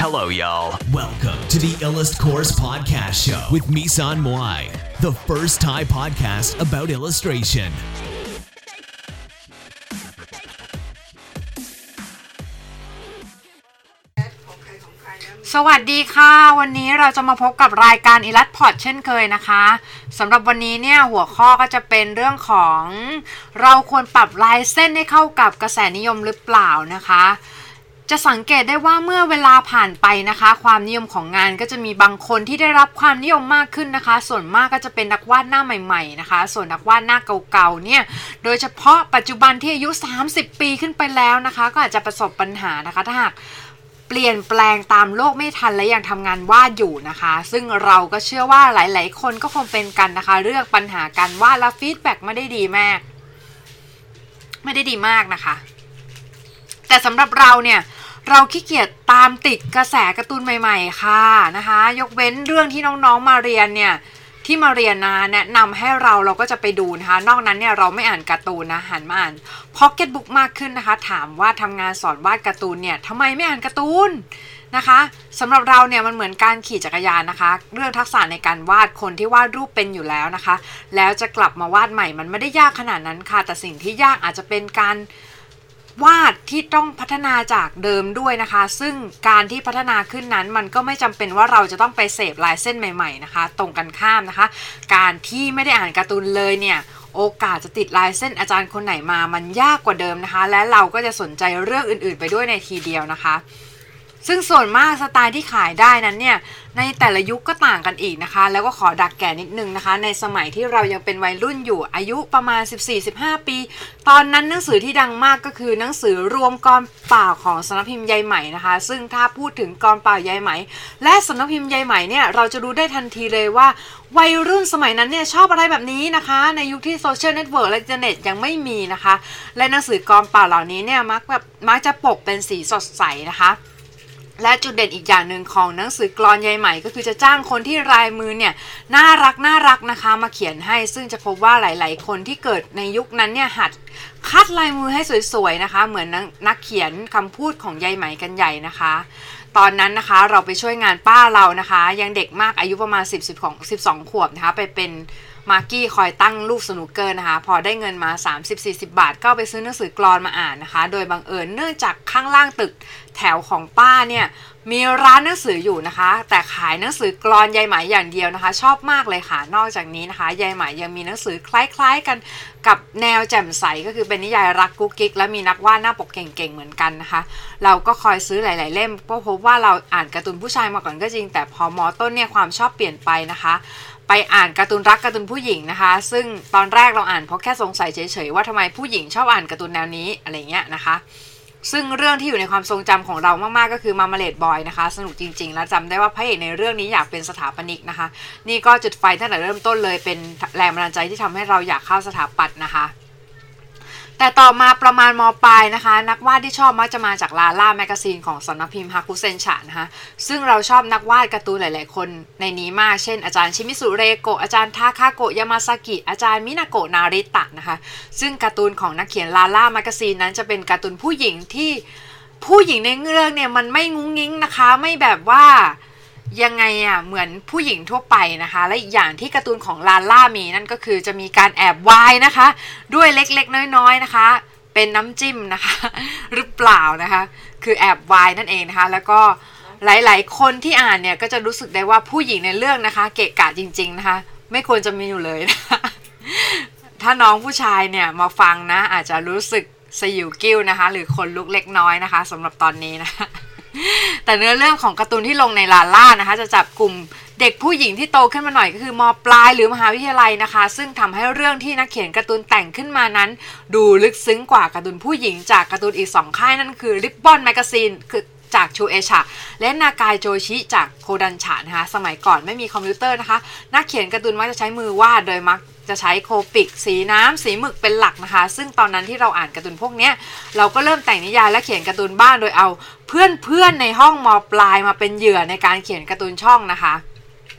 Hello, y'all. Welcome to the Illust Course Podcast Show with Misan Moai, the first Thai podcast about illustration. สวัสดีค่ะวันนี้เราจะมาพบกับรายการ Illust Pod เช่นเคยนะคะสำหรับวันนี้เนี่ยหัวข้อก็จะเป็นเรื่องของเราควรปรับลายเส้นให้เข้ากับกระแสนิยมหรือเปล่านะคะจะสังเกตได้ว่าเมื่อเวลาผ่านไปนะคะความนิยมของงานก็จะมีบางคนที่ได้รับความนิยมมากขึ้นนะคะส่วนมากก็จะเป็นนักวาดหน้าใหม่ๆนะคะส่วนนักวาดหน้าเก่าๆเนี่ยโดยเฉพาะปัจจุบันที่อายุ30ปีขึ้นไปแล้วนะคะก็อาจจะประสบปัญหานะคะถ้าหากเปลี่ยนแปลงตามโลกไม่ทันและยังทำงานวาดอยู่นะคะซึ่งเราก็เชื่อว่าหลายๆคนก็คงเป็นกันนะคะเรื่องปัญหาการวาดและฟีดแบ็กไม่ได้ดีมากนะคะแต่สำหรับเราเนี่ยเราขี้เกียจตามติดกระแสการ์ตูนใหม่ๆค่ะนะคะยกเว้นเรื่องที่น้องๆมาเรียนเนี่ยที่มาเรียนนะแนะนำให้เราก็จะไปดูนะคะนอกนั้นเนี่ยเราไม่อ่านการ์ตูนนะหันมาอ่านพ็อกเก็ตบุ๊กมากขึ้นนะคะถามว่าทำงานสอนวาดการ์ตูนเนี่ยทำไมไม่อ่านการ์ตูนนะคะสำหรับเราเนี่ยมันเหมือนการขี่จักรยานนะคะเรื่องทักษะในการวาดคนที่วาดรูปเป็นอยู่แล้วนะคะแล้วจะกลับมาวาดใหม่มันไม่ได้ยากขนาดนั้นค่ะแต่สิ่งที่ยากอาจจะเป็นการวาดที่ต้องพัฒนาจากเดิมด้วยนะคะซึ่งการที่พัฒนาขึ้นนั้นมันก็ไม่จำเป็นว่าเราจะต้องไปเสพลายเส้นใหม่ๆนะคะตรงกันข้ามนะคะการที่ไม่ได้อ่านการ์ตูนเลยเนี่ยโอกาสจะติดลายเส้นอาจารย์คนไหนมามันยากกว่าเดิมนะคะและเราก็จะสนใจเรื่องอื่นๆไปด้วยในทีเดียวนะคะซึ่งส่วนมากสไตล์ที่ขายได้นั้นเนี่ยในแต่ละยุคก็ต่างกันอีกนะคะแล้วก็ขอดักแก่นิดนึงนะคะในสมัยที่เรายังเป็นวัยรุ่นอยู่อายุประมาณ 14-15 ปีตอนนั้นหนังสือที่ดังมากก็คือหนังสือรวมกรเปล่าของสำนักพิมพ์ใยไหมนะคะซึ่งถ้าพูดถึงกรเปล่าใยไหมและสำนักพิมพ์ใยไหมเนี่ยเราจะรู้ได้ทันทีเลยว่าวัยรุ่นสมัยนั้นเนี่ยชอบอะไรแบบนี้นะคะในยุคที่โซเชียลเน็ตเวิร์กและอินเทอร์เน็ตยังไม่มีนะคะและหนังสือกรเปล่าเหล่านี้เนี่ยมักจะปกเป็นสีสดใสนะคะและจุดเด่นอีกอย่างหนึ่งของหนังสือกลอนใยไหมก็คือจะจ้างคนที่ลายมือเนี่ยน่ารักนะคะมาเขียนให้ซึ่งจะพบว่าหลายๆคนที่เกิดในยุคนั้นเนี่ยหัดคัดลายมือให้สวยๆนะคะเหมือนนักเขียนคำพูดของใยไหมกันใหญ่นะคะตอนนั้นนะคะเราไปช่วยงานป้าเรานะคะยังเด็กมากอายุประมาณ12 ขวบนะคะไปเป็นมาร์กี้คอยตั้งลูกสนุกเกอร์นะคะพอได้เงินมา 30-40 บาทก็ไปซื้อหนังสือกลอนมาอ่านนะคะโดยบังเอิญเนื่องจากข้างล่างตึกแถวของป้าเนี่ยมีร้านหนังสืออยู่นะคะแต่ขายหนังสือกลอนใยไหมอย่างเดียวนะคะชอบมากเลยค่ะนอกจากนี้นะคะใยไหมยังมีหนังสือคล้ายๆกันกับแนวแจ่มใสก็คือเป็นนิยายรักกุ๊กกิ๊กและมีนักวาดหน้าปกเก่งๆเหมือนกันนะคะเราก็คอยซื้อหลายๆเล่มก็พบว่าเราอ่านการ์ตูนผู้ชายมาก่อนก็จริงแต่พอม.ต้นเนี่ยความชอบเปลี่ยนไปนะคะไปอ่านการ์ตูนรักการ์ตูนผู้หญิงนะคะซึ่งตอนแรกเราอ่านเพราะแค่สงสัยเฉยๆว่าทำไมผู้หญิงชอบอ่านการ์ตูนแนวนี้อะไรเงี้ยนะคะซึ่งเรื่องที่อยู่ในความทรงจำของเรามากๆก็คือมามาเลดบอยนะคะสนุกจริงๆและจำได้ว่าพระเอกในเรื่องนี้อยากเป็นสถาปนิกนะคะนี่ก็จุดไฟตั้งแต่เริ่มต้นเลยเป็นแรงบันดาลใจที่ทำให้เราอยากเข้าสถาปัตย์นะคะแต่ต่อมาประมาณม.ปลายนะคะนักวาดที่ชอบมักจะมาจากลาล่าแมกกาซีนของสำนักพิมพ์ฮาคุเซนฉะนะคะซึ่งเราชอบนักวาดการ์ตูนหลายๆคนในนี้มากเช่นอาจารย์ชิมิสุเรโกะอาจารย์ทาคาโกะยามาซากิอาจารย์มินาโกะนาริตะนะคะซึ่งการ์ตูนของนักเขียนลาล่าแมกกาซีนนั้นจะเป็นการ์ตูนผู้หญิงที่ผู้หญิงในเรื่องเนี่ยมันไม่งุ้งงิ้งนะคะไม่แบบว่ายังไงอ่ะเหมือนผู้หญิงทั่วไปนะคะและอีกอย่างที่การ์ตูนของลาล่ามีนั่นก็คือจะมีการแอบวายนะคะด้วยเล็กๆน้อยๆนะคะเป็นน้ำจิ้มนะคะหรือเปล่านะคะคือแอบวายนั่นเองนะคะแล้วก็หลายๆคนที่อ่านเนี่ยก็จะรู้สึกได้ว่าผู้หญิงในเรื่องนะคะเกะกะจริงๆนะคะไม่ควรจะมีอยู่เลยนะคะถ้าน้องผู้ชายเนี่ยมาฟังนะอาจจะรู้สึกสยิวกิ้วนะคะหรือคนลุกเล็กน้อยนะคะสำหรับตอนนี้นะคะแต่เนื้อเรื่องของการ์ตูนที่ลงในลาล่านะคะจะจับกลุ่มเด็กผู้หญิงที่โตขึ้นมาหน่อยก็คือม.ปลายหรือมหาวิทยาลัยนะคะซึ่งทำให้เรื่องที่นักเขียนการ์ตูนแต่งขึ้นมานั้นดูลึกซึ้งกว่าการ์ตูนผู้หญิงจากการ์ตูนอีก2ค่ายนั่นคือริบบอนแมกกาซีนคือจากชูเอชะและนากายโจชิจากโคดันฉะนะคะสมัยก่อนไม่มีคอมพิวเตอร์นะคะนักเขียนการ์ตูนมักจะใช้มือวาดโดยมักจะใช้โคปิกสีน้ำสีหมึกเป็นหลักนะคะซึ่งตอนนั้นที่เราอ่านการ์ตูนพวกนี้เราก็เริ่มแต่งนิยายและเขียนการ์ตูนบ้างโดยเอาเพื่อนๆในห้องม.ปลายมาเป็นเหยื่อในการเขียนการ์ตูนช่องนะคะ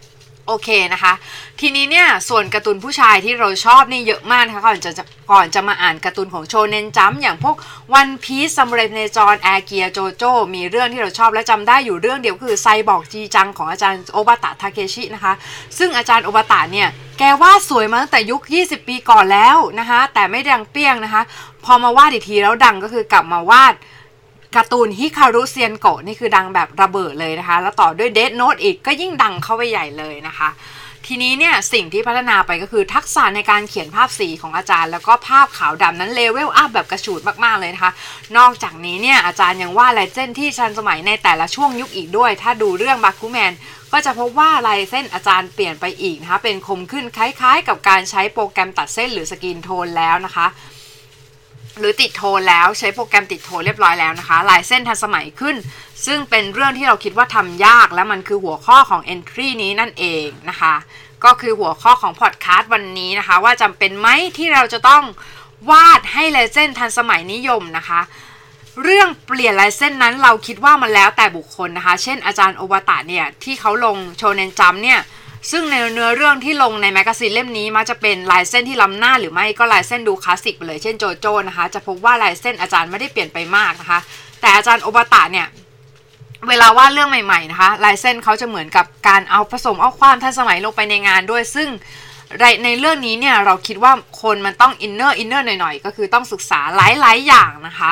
โอเคนะคะทีนี้เนี่ยส่วนการ์ตูนผู้ชายที่เราชอบนี่เยอะมากนะคะก่อนจะมาอ่านการ์ตูนของโชเน็นจัมป์อย่างพวกวันพีซ ซามูไรเนจร แอร์เกียร์ โจโจ้มีเรื่องที่เราชอบและจำได้อยู่เรื่องเดียวคือไซบอร์กจีจังของอาจารย์โอบาตะทาเคชินะคะซึ่งอาจารย์โอบาตะเนี่ยแกวาดสวยมาตั้งแต่ยุค20ปีก่อนแล้วนะคะแต่ไม่ดังเปี้ยงนะคะพอมาวาดอีกทีแล้วดังก็คือกลับมาวาดการ์ตูนฮิคารุเซียนโกะนี่คือดังแบบระเบิดเลยนะคะแล้วต่อด้วยเดธโน้ตอีกก็ยิ่งดังเข้าไปใหญ่เลยนะคะทีนี้เนี่ยสิ่งที่พัฒนาไปก็คือทักษะในการเขียนภาพสีของอาจารย์แล้วก็ภาพขาวดำนั้นเลเวลอัพแบบกระฉูดมากๆเลยนะคะนอกจากนี้เนี่ยอาจารย์ยังวาดลายเส้นที่ทันสมัยในแต่ละช่วงยุคอีกด้วยถ้าดูเรื่องบาคุแมนก็จะพบว่าลายเส้นอาจารย์เปลี่ยนไปอีกนะคะเป็นคมขึ้นคล้ายๆกับการใช้โปรแกรมตัดเส้นหรือสกรีนโทนแล้วนะคะหรือติดโทนแล้วใช้โปรแกรมติดโทนเรียบร้อยแล้วนะคะลายเส้นทันสมัยขึ้นซึ่งเป็นเรื่องที่เราคิดว่าทำยากและมันคือหัวข้อของ entry นี้นั่นเองนะคะก็คือหัวข้อของพอดคาสต์วันนี้นะคะว่าจำเป็นไหมที่เราจะต้องวาดให้ลายเส้นทันสมัยนิยมนะคะเรื่องเปลี่ยนลายเส้นนั้นเราคิดว่ามันแล้วแต่บุคคลนะคะเช่นอาจารย์โอบาตะเนี่ยที่เขาลงโชเน็นจัมป์เนี่ยซึ่งในเนื้อเรื่องที่ลงในแมกกาซีนเล่มนี้มักจะเป็นลายเส้นที่ล้ำหน้าหรือไม่ก็ลายเส้นดูคลาสสิกไปเลยเช่นโจโจ้นะคะจะพบว่าลายเส้นอาจารย์ไม่ได้เปลี่ยนไปมากนะคะแต่อาจารย์โอบาตะเนี่ยเวลาวาดเรื่องใหม่ๆนะคะลายเส้นเขาจะเหมือนกับการเอาผสมเอาความทันสมัยลงไปในงานด้วยซึ่งในเรื่องนี้เนี่ยเราคิดว่าคนมันต้องอินเนอร์หน่อยๆก็คือต้องศึกษาหลายๆอย่างนะคะ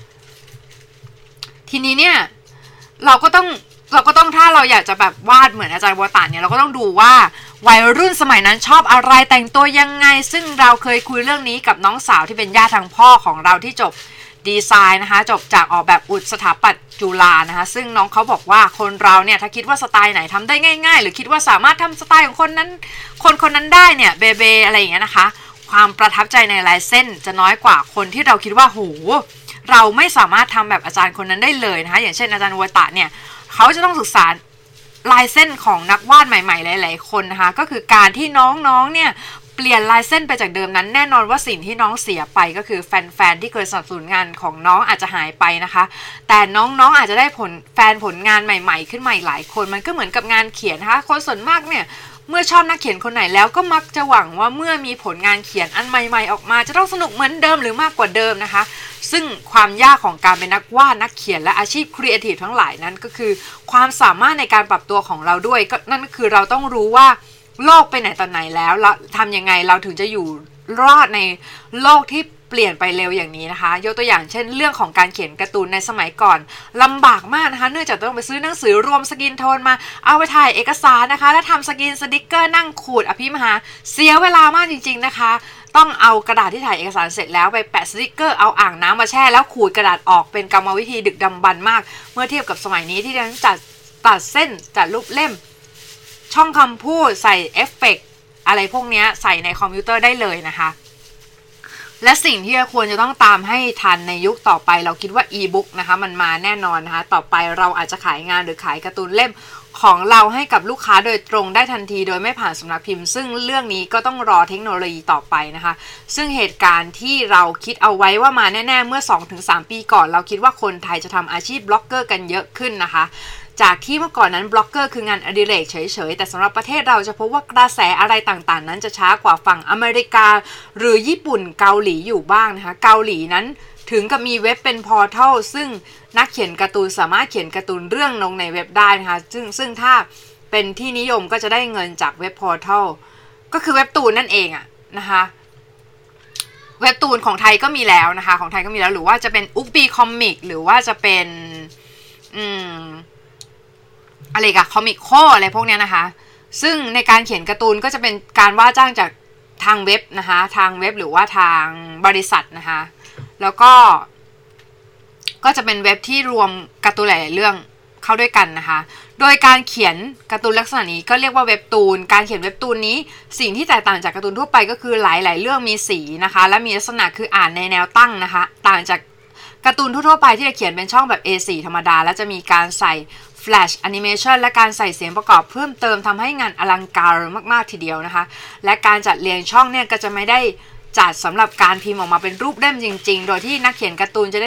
ทีนี้เนี่ยเราก็ต้องถ้าเราอยากจะแบบวาดเหมือนอาจารย์โอบาตะเนี่ยเราก็ต้องดูว่าวัยรุ่นสมัยนั้นชอบอะไรแต่งตัวยังไงซึ่งเราเคยคุยเรื่องนี้กับน้องสาวที่เป็นญาติทางพ่อของเราที่จบดีไซน์นะคะจบจากออกแบบอุตสถาปัตย์จุฬานะคะซึ่งน้องเขาบอกว่าคนเราเนี่ยถ้าคิดว่าสไตล์ไหนทำได้ง่ายๆหรือคิดว่าสามารถทำสไตล์ของคนนั้นได้เนี่ยเบอะไรอย่างเงี้ยนะคะความประทับใจในลายเส้นจะน้อยกว่าคนที่เราคิดว่าโหเราไม่สามารถทำแบบอาจารย์คนนั้นได้เลยนะคะอย่างเช่นอาจารย์โอบาตะเนี่ยเขาจะต้องศึกษาลายเส้นของนักวาดใหม่ๆหลายๆคนนะคะก็คือการที่น้องๆเนี่ยเปลี่ยนลายเส้นไปจากเดิมนั้นแน่นอนว่าสิ่งที่น้องเสียไปก็คือแฟนๆที่เคยสนับสนุนงานของน้องอาจจะหายไปนะคะแต่น้องๆอาจจะได้ผลงานใหม่ๆขึ้นมาหลายคนมันก็เหมือนกับงานเขียนนะคะคนส่วนมากเนี่ยเมื่อชอบนักเขียนคนไหนแล้วก็มักจะหวังว่าเมื่อมีผลงานเขียนอันใหม่ๆออกมาจะต้องสนุกเหมือนเดิมหรือมากกว่าเดิมนะคะซึ่งความยากของการเป็นนักวาดนักเขียนและอาชีพครีเอทีฟทั้งหลายนั้นก็คือความสามารถในการปรับตัวของเราด้วยก็นั่นก็คือเราต้องรู้ว่าโลกไปไหนตอนไหนแล้วทำยังไงเราถึงจะอยู่รอดในโลกที่เปลี่ยนไปเร็วอย่างนี้นะคะยกตัวอย่างเช่นเรื่องของการเขียนการ์ตูนในสมัยก่อนลำบากมากนะคะเนื่องจากต้องไปซื้อหนังสือรวมสกรีนโทนมาเอาไปถ่ายเอกสารนะคะแล้วทำสกรีนสติกเกอร์นั่งขูดอภิมหาเสียเวลามากจริงๆนะคะต้องเอากระดาษที่ถ่ายเอกสารเสร็จแล้วไปแปะสติกเกอร์เอาอ่างน้ำมาแช่แล้วขูดกระดาษออกเป็นกรรมวิธีดึกดำบรรพ์มากเมื่อเทียบกับสมัยนี้ที่เราตัดเส้นจัดรูปเล่มช่องคำพูดใส่เอฟเฟกต์อะไรพวกนี้ใส่ในคอมพิวเตอร์ได้เลยนะคะและสิ่งที่ควรจะต้องตามให้ทันในยุคต่อไปเราคิดว่าอีบุ๊กนะคะมันมาแน่นอนนะคะต่อไปเราอาจจะขายงานหรือขายการ์ตูนเล่มของเราให้กับลูกค้าโดยตรงได้ทันทีโดยไม่ผ่านสำนักพิมพ์ซึ่งเรื่องนี้ก็ต้องรอเทคโนโลยีต่อไปนะคะซึ่งเหตุการณ์ที่เราคิดเอาไว้ว่ามาแน่ๆเมื่อ 2-3 ปีก่อนเราคิดว่าคนไทยจะทำอาชีพบล็อกเกอร์กันเยอะขึ้นนะคะจากที่เมื่อก่อนนั้นบล็อกเกอร์คืองานอดิเรกเฉยๆแต่สำหรับประเทศเราจะพบว่ากระแสอะไรต่างๆนั้นจะช้ากว่าฝั่งอเมริกาหรือญี่ปุ่นเกาหลีอยู่บ้างนะคะเกาหลีนั้นถึงกับมีเว็บเป็นพอร์ทัลซึ่งนักเขียนการ์ตูนสามารถเขียนการ์ตูนเรื่องลงในเว็บได้นะคะซึ่งถ้าเป็นที่นิยมก็จะได้เงินจากเว็บพอร์ทัลก็คือเว็บตูนนั่นเองอะนะคะเว็บตูนของไทยก็มีแล้วนะคะของไทยก็มีแล้วหรือว่าจะเป็นอุ๊กบีคอมิกหรือว่าจะเป็นอะไรกับคอมิกโคอะไรพวกนี้นะคะซึ่งในการเขียนการ์ตูนก็จะเป็นการว่าจ้างจากทางเว็บนะคะทางเว็บหรือว่าทางบริษัทนะคะแล้วก็จะเป็นเว็บที่รวมการ์ตูนหลายๆเรื่องเข้าด้วยกันนะคะโดยการเขียนการ์ตูนลักษณะนี้ก็เรียกว่าเว็บตูนการเขียนเว็บตูนนี้สิ่งที่แตกต่างจากการ์ตูนทั่วไปก็คือหลายๆเรื่องมีสีนะคะและมีลักษณะคืออ่านในแนวตั้งนะคะต่างจากการ์ตูนทั่วๆไปที่จะเขียนเป็นช่องแบบ A4 ธรรมดาและจะมีการใส่Flash Animation และการใส่เสียงประกอบเพิ่มเติมทำให้งานอลังการมากๆทีเดียวนะคะและการจัดเรียงช่องเนี่ยก็จะไม่ได้จัดสำหรับการพิมพ์ออกมาเป็นรูปเล่มจริงๆโดยที่นักเขียนการ์ตูนจะได้รับ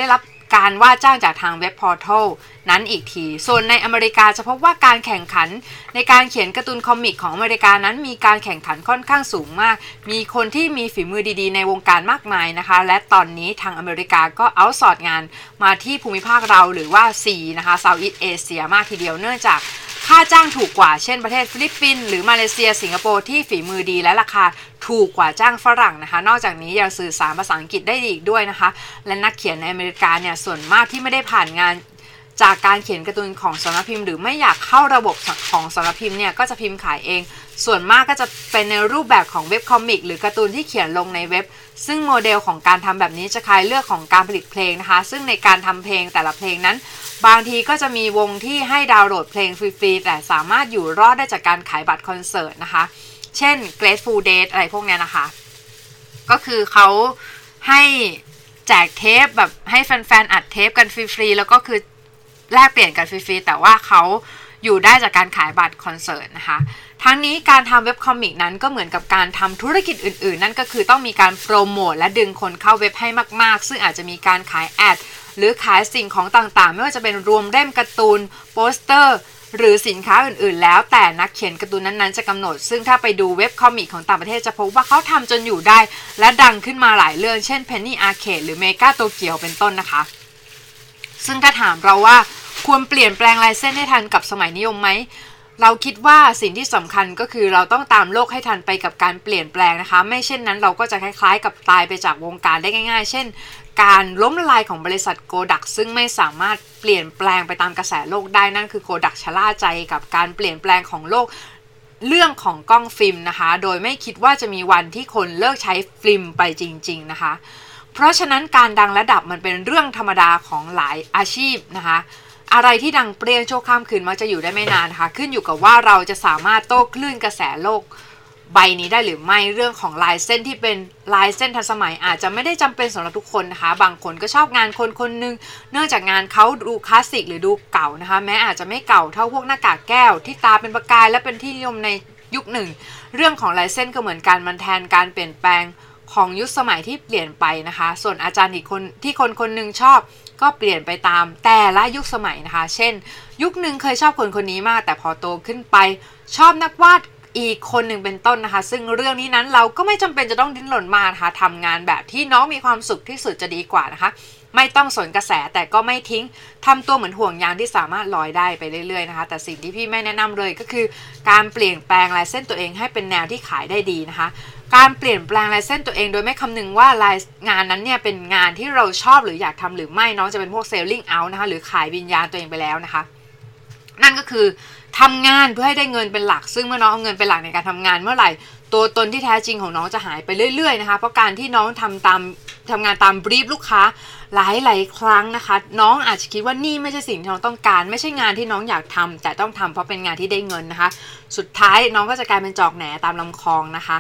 การว่าจ้างจากทางเว็บพอร์ทัลนั้นอีกทีส่วนในอเมริกาจะพบว่าการแข่งขันในการเขียนการ์ตูนคอมิกของอเมริกานั้นมีการแข่งขันค่อนข้างสูงมากมีคนที่มีฝีมือดีๆในวงการมากมายนะคะและตอนนี้ทางอเมริกาก็เอาท์ซอร์สงานมาที่ภูมิภาคเราหรือว่า C นะคะ Southeast Asia มากทีเดียวเนื่องจากค่าจ้างถูกกว่าเช่นประเทศฟิลิปปินส์หรือมาเลเซียสิงคโปร์ที่ฝีมือดีและราคาถูกกว่าจ้างฝรั่งนะคะนอกจากนี้ยังสื่อสารภาษาอังกฤษได้อีกด้วยนะคะและนักเขียนในอเมริกาเนี่ยส่วนมากที่ไม่ได้ผ่านงานจากการเขียนการ์ตูนของสำนักพิมพ์หรือไม่อยากเข้าระบบของสำนักพิมพ์เนี่ยก็จะพิมพ์ขายเองส่วนมากก็จะเป็นในรูปแบบของเว็บคอมิกหรือการ์ตูนที่เขียนลงในเว็บซึ่งโมเดลของการทำแบบนี้จะคล้ายเรื่องของการผลิตเพลงนะคะซึ่งในการทำเพลงแต่ละเพลงนั้นบางทีก็จะมีวงที่ให้ดาวน์โหลดเพลงฟรีๆแต่สามารถอยู่รอดได้จากการขายบัตรคอนเสิร์ตนะคะเช่น Grateful Dead อะไรพวกนี้นะคะก็คือเขาให้แจกเทปแบบให้แฟนๆอัดเทปกันฟรีๆแล้วก็คือแลกเปลี่ยนกันฟรีๆแต่ว่าเขาอยู่ได้จากการขายบัตรคอนเสิร์ตนะคะทั้งนี้การทำเว็บคอมิกนั้นก็เหมือนกับการทำธุรกิจอื่นๆนั่นก็คือต้องมีการโปรโมทและดึงคนเข้าเว็บให้มากๆซึ่งอาจจะมีการขายแอดหรือขายสิ่งของต่างๆไม่ว่าจะเป็นรวมเล่มการ์ตูนโปสเตอร์หรือสินค้าอื่นๆแล้วแต่นักเขียนการ์ตูนนั้นๆจะกำหนดซึ่งถ้าไปดูเว็บคอมิกของต่างประเทศจะพบว่าเขาทำจนอยู่ได้และดังขึ้นมาหลายเรื่องเช่น Penny Arcade หรือ Mega Tokyo เป็นต้นนะคะซึ่งถ้าถามเราว่าควรเปลี่ยนแปลงลายเส้นให้ทันกับสมัยนิยมไหมเราคิดว่าสิ่งที่สำคัญก็คือเราต้องตามโลกให้ทันไปกับการเปลี่ยนแปลงนะคะไม่เช่นนั้นเราก็จะคล้ายๆกับตายไปจากวงการได้ง่ายๆเช่นการล้มละลายของบริษัทโกดักซึ่งไม่สามารถเปลี่ยนแปลงไปตามกระแสโลกได้นั่นคือโกดักชะล่าใจกับการเปลี่ยนแปลงของโลกเรื่องของกล้องฟิล์มนะคะโดยไม่คิดว่าจะมีวันที่คนเลิกใช้ฟิล์มไปจริงๆนะคะเพราะฉะนั้นการดังระดับมันเป็นเรื่องธรรมดาของหลายอาชีพนะคะอะไรที่ดังเปรี้ยงชั่วข้ามคืนมักจะอยู่ได้ไม่นานนะคะขึ้นอยู่กับว่าเราจะสามารถโต้คลื่นกระแสโลกใบนี้ได้หรือไม่เรื่องของลายเส้นที่เป็นลายเส้นทันสมัยอาจจะไม่ได้จำเป็นสำหรับทุกคนนะคะบางคนก็ชอบงานคนๆนึงเนื่องจากงานเขาดูคลาสสิกหรือดูเก่านะคะแม้อาจจะไม่เก่าเท่าพวกหน้ากากแก้วที่ตาเป็นประกายและเป็นที่นิยมในยุคหนึ่งเรื่องของลายเส้นก็เหมือนกันมันแทนการเปลี่ยนแปลงของยุคสมัยที่เปลี่ยนไปนะคะส่วนอาจารย์อีกคนที่คนๆนึงชอบก็เปลี่ยนไปตามแต่ละยุคสมัยนะคะเช่นยุคนึงเคยชอบคนนี้มากแต่พอโตขึ้นไปชอบนักวาดอีกคนหนึ่งเป็นต้นนะคะซึ่งเรื่องนี้นั้นเราก็ไม่จำเป็นจะต้องดิ้นรนมากนะคะทำงานแบบที่น้องมีความสุขที่สุดจะดีกว่านะคะไม่ต้องสนกระแสแต่ก็ไม่ทิ้งทำตัวเหมือนห่วงยางที่สามารถลอยได้ไปเรื่อยๆนะคะแต่สิ่งที่พี่ไม่แนะนำเลยก็คือการเปลี่ยนแปลงลายเส้นตัวเองให้เป็นแนวที่ขายได้ดีนะคะการเปลี่ยนแปลงลายเส้นตัวเองโดยไม่คำนึงว่าลายงานนั้นเนี่ยเป็นงานที่เราชอบหรืออยากทำหรือไม่น้องจะเป็นพวก selling out นะคะหรือขายวิญญาณตัวเองไปแล้วนะคะนั่นก็คือทำงานเพื่อให้ได้เงินเป็นหลักซึ่งเมื่อน้องเอาเงินเป็นหลักในการทำงานเมื่อไหร่ตัวตนที่แท้จริงของน้องจะหายไปเรื่อยๆนะคะเพราะการที่น้องทำงานตามบรีฟลูกค้าหลายครั้งนะคะน้องอาจจะคิดว่านี่ไม่ใช่สิ่งที่น้องต้องการไม่ใช่งานที่น้องอยากทำแต่ต้องทำเพราะเป็นงานที่ได้เงินนะคะสุดท้ายน้องก็จะกลายเป็นจอกแหนตามลำคลองนะคะ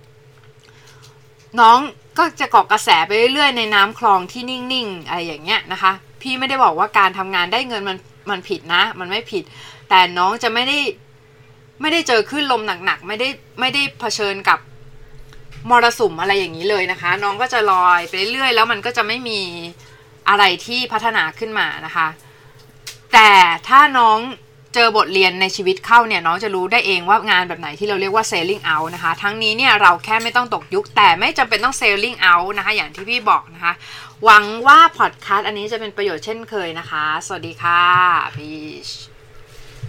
น้องก็จะเกาะกระแสไปเรื่อยๆในน้ำคลองที่นิ่งๆอะไรอย่างเงี้ยนะคะพี่ไม่ได้บอกว่าการทำงานได้เงินมันผิดนะมันไม่ผิดแต่น้องจะไม่ได้เจอคลื่นลมหนักๆไม่ได้เผชิญกับมรสุมอะไรอย่างนี้เลยนะคะน้องก็จะลอยไปเรื่อยๆแล้วมันก็จะไม่มีอะไรที่พัฒนาขึ้นมานะคะแต่ถ้าน้องเจอบทเรียนในชีวิตเข้าเนี่ยน้องจะรู้ได้เองว่างานแบบไหนที่เราเรียกว่า selling out นะคะทั้งนี้เนี่ยเราแค่ไม่ต้องตกยุคแต่ไม่จำเป็นต้อง selling out นะคะอย่างที่พี่บอกนะคะหวังว่าพอดคาสต์อันนี้จะเป็นประโยชน์เช่นเคยนะคะสวัสดีค่ะพีช